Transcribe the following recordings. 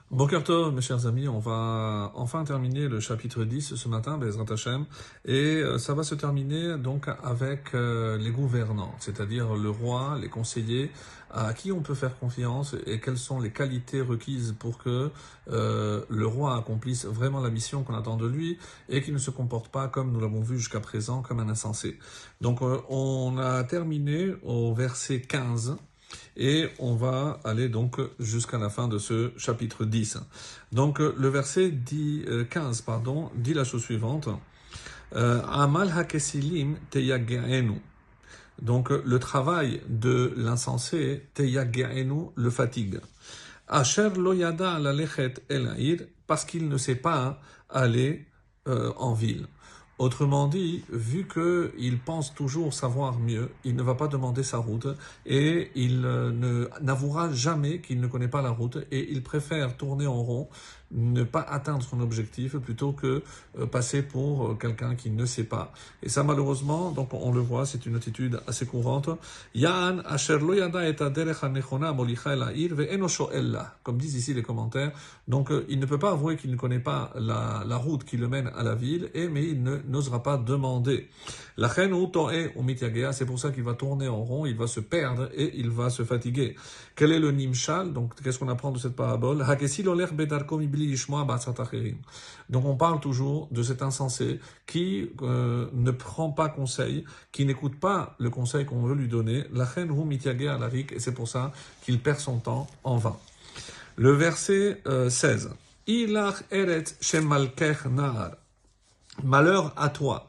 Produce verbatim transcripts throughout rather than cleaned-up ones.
Boker Tov, mes chers amis, on va enfin terminer le chapitre dix ce matin, Bezrat Hashem, et euh, ça va se terminer donc avec euh, les gouvernants, c'est-à-dire le roi, les conseillers, à qui on peut faire confiance et quelles sont les qualités requises pour que euh, le roi accomplisse vraiment la mission qu'on attend de lui et qu'il ne se comporte pas comme nous l'avons vu jusqu'à présent, comme un insensé. Donc euh, on a terminé au verset quinze. Et on va aller donc jusqu'à la fin de ce chapitre dix. Donc le verset dit, euh, quinze pardon, dit la chose suivante. Euh, Amal hakesilim teyageenu. Donc le travail de l'insensé, teyageenu, le fatigue. Asher lo yada lalechet el haïr, parce qu'il ne sait pas aller euh, en ville. Autrement dit, vu qu'il pense toujours savoir mieux, il ne va pas demander sa route et il ne, n'avouera jamais qu'il ne connaît pas la route et il préfère tourner en rond, ne pas atteindre son objectif plutôt que euh, passer pour euh, quelqu'un qui ne sait pas. Et ça, malheureusement, donc on le voit, c'est une attitude assez courante. Ya'an asher lo yada et aderech hanechona molicha el ha'ir ve'eno sho'el la. Comme disent ici les commentaires. Donc, euh, il ne peut pas avouer qu'il ne connaît pas la, la route qui le mène à la ville, et mais il ne, n'osera pas demander. La chen ou to'e ou mityagea, c'est pour ça qu'il va tourner en rond, il va se perdre et il va se fatiguer. Quel est le nimshal? Donc, qu'est-ce qu'on apprend de cette parabole? Hakesi lo lech bedarko mibli yishmoa ba'atzat acherim. Donc, on parle toujours de cet insensé qui euh, ne prend pas conseil, qui n'écoute pas le conseil qu'on veut lui donner. La chen ou mityagea larik, et c'est pour ça qu'il perd son temps en vain. Le verset euh, seize. Ilach eret shemalkech nahar. Malheur à toi.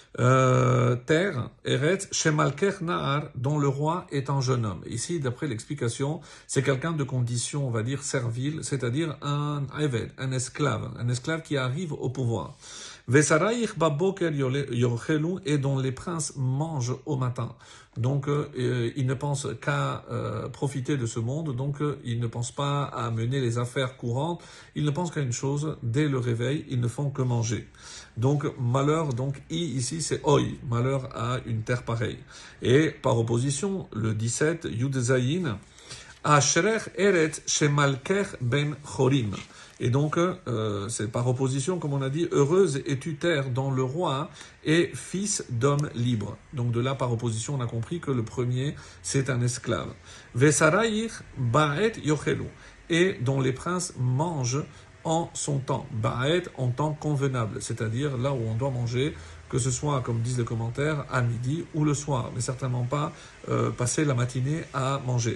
Euh, terre, eret shemalkech nahar, dont le roi est un jeune homme. Ici, d'après l'explication, c'est quelqu'un de condition, on va dire, servile, c'est-à-dire un eved, un esclave, un esclave qui arrive au pouvoir. Vesaraich baboker yorchelu, et dont les princes mangent au matin. Donc, euh, ils ne pensent qu'à euh, profiter de ce monde, donc euh, ils ne pensent pas à mener les affaires courantes, ils ne pensent qu'à une chose, dès le réveil, ils ne font que manger. Donc, malheur, donc, i ici, c'est oi, malheur à une terre pareille. Et par opposition, le dix-sept, Yud Zayin, Ashrech eret shemalkech ben chorim. Et donc, euh, c'est par opposition, comme on a dit, heureuse es-tu terre dont le roi est fils d'homme libre. Donc de là, par opposition, on a compris que le premier, c'est un esclave. Vesaraïr ba'et yochelu, et dont les princes mangent en son temps. Ba'et en temps convenable, c'est-à-dire là où on doit manger, que ce soit, comme disent les commentaires, à midi ou le soir, mais certainement pas euh, passer la matinée à manger.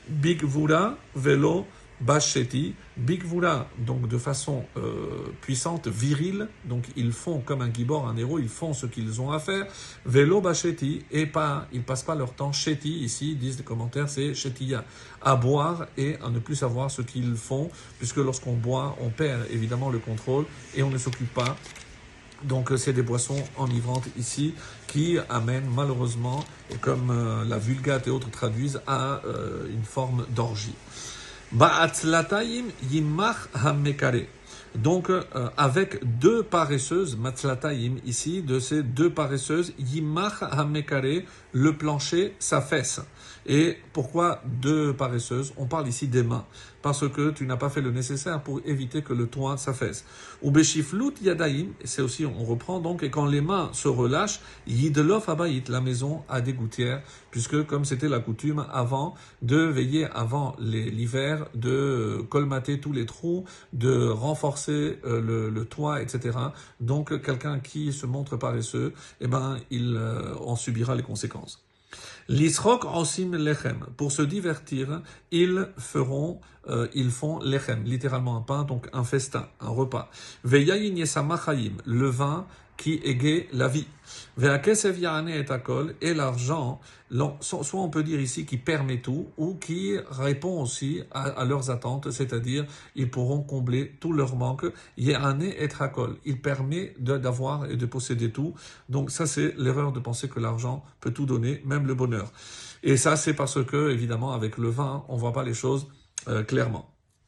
Bigvura velo Basheti, Bigvura, donc de façon euh, puissante, virile, donc ils font comme un gibor, un héros, ils font ce qu'ils ont à faire, Velo Basheti, et pas, ils passent pas leur temps, Sheti, ici, disent les commentaires, c'est Shetiya, à boire et à ne plus savoir ce qu'ils font, puisque lorsqu'on boit, on perd évidemment le contrôle et on ne s'occupe pas. Donc c'est des boissons enivrantes ici qui amènent malheureusement, et comme euh, la Vulgate et autres traduisent, à euh, une forme d'orgie. Ba'atzlatayim yimach hamekare. Donc, euh, avec deux paresseuses, matzlatayim ici, de ces deux paresseuses, yimach hamekare, le plancher s'affaisse. Et pourquoi deux paresseuses? On parle ici des mains, parce que tu n'as pas fait le nécessaire pour éviter que le toit s'affaisse. Ou beshiflut yadaim, c'est aussi, on reprend donc, et quand les mains se relâchent, yidlof abayit, la maison a des gouttières, puisque comme c'était la coutume avant, de veiller avant les, l'hiver, de colmater tous les trous, de renforcer euh, le, le toit, et cetera. Donc quelqu'un qui se montre paresseux, eh ben, il euh, en subira les conséquences. L'isrok osim lechem. Pour se divertir, ils feront, euh, ils font lechem, littéralement un pain, donc un festin, un repas. Veyayin yesamachayim, le vin qui égaye la vie. Ve'akesev ya'ane et akol, et l'argent, soit on peut dire ici qui permet tout, ou qui répond aussi à, à leurs attentes, c'est-à-dire ils pourront combler tout leur manque. Ya'ane et akol, il permet de, d'avoir et de posséder tout. Donc ça c'est l'erreur de penser que l'argent peut tout donner, même le bonheur. Et ça c'est parce que, évidemment, avec le vin, on voit pas les choses euh, clairement.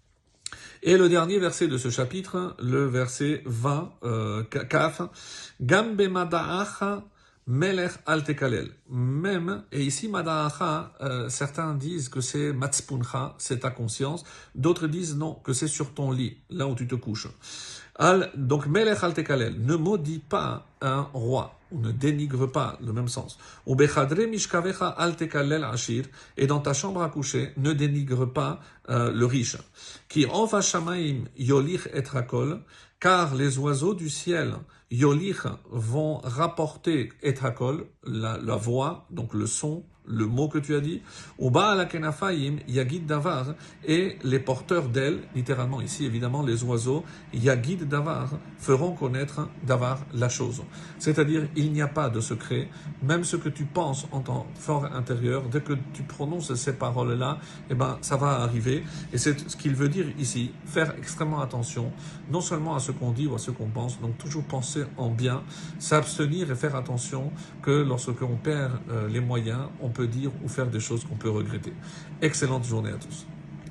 Et le dernier verset de ce chapitre, le verset vingt, euh, Kaf, Gambe Mada'ach Melech al tekalel. Même, et ici, Madaacha, euh, certains disent que c'est Matspuncha, c'est ta conscience. D'autres disent non, que c'est sur ton lit, là où tu te couches. Al, donc, Melech al tekalel. Ne maudis pas un roi, ou ne dénigre pas, le même sens. Ou bechadre mishkavecha al tekalel ashir. Et dans ta chambre à coucher, ne dénigre pas euh, le riche. Ki ova shamaim yolich et rakol. Car les oiseaux du ciel, yolich, vont rapporter et hakol, la, la voix, donc le son, le mot que tu as dit, ou ba'al kenafayim yagid davar, et les porteurs d'ailes, littéralement ici évidemment les oiseaux, yagid davar, feront connaître davar, la chose. C'est-à-dire, il n'y a pas de secret, même ce que tu penses en ton fort intérieur, dès que tu prononces ces paroles-là, eh ben, ça va arriver. Et c'est ce qu'il veut dire ici, faire extrêmement attention, non seulement à ce qu'on dit ou à ce qu'on pense, donc toujours penser en bien, s'abstenir et faire attention que lorsque on perd euh, les moyens, on peut dire ou faire des choses qu'on peut regretter. Excellente journée à tous.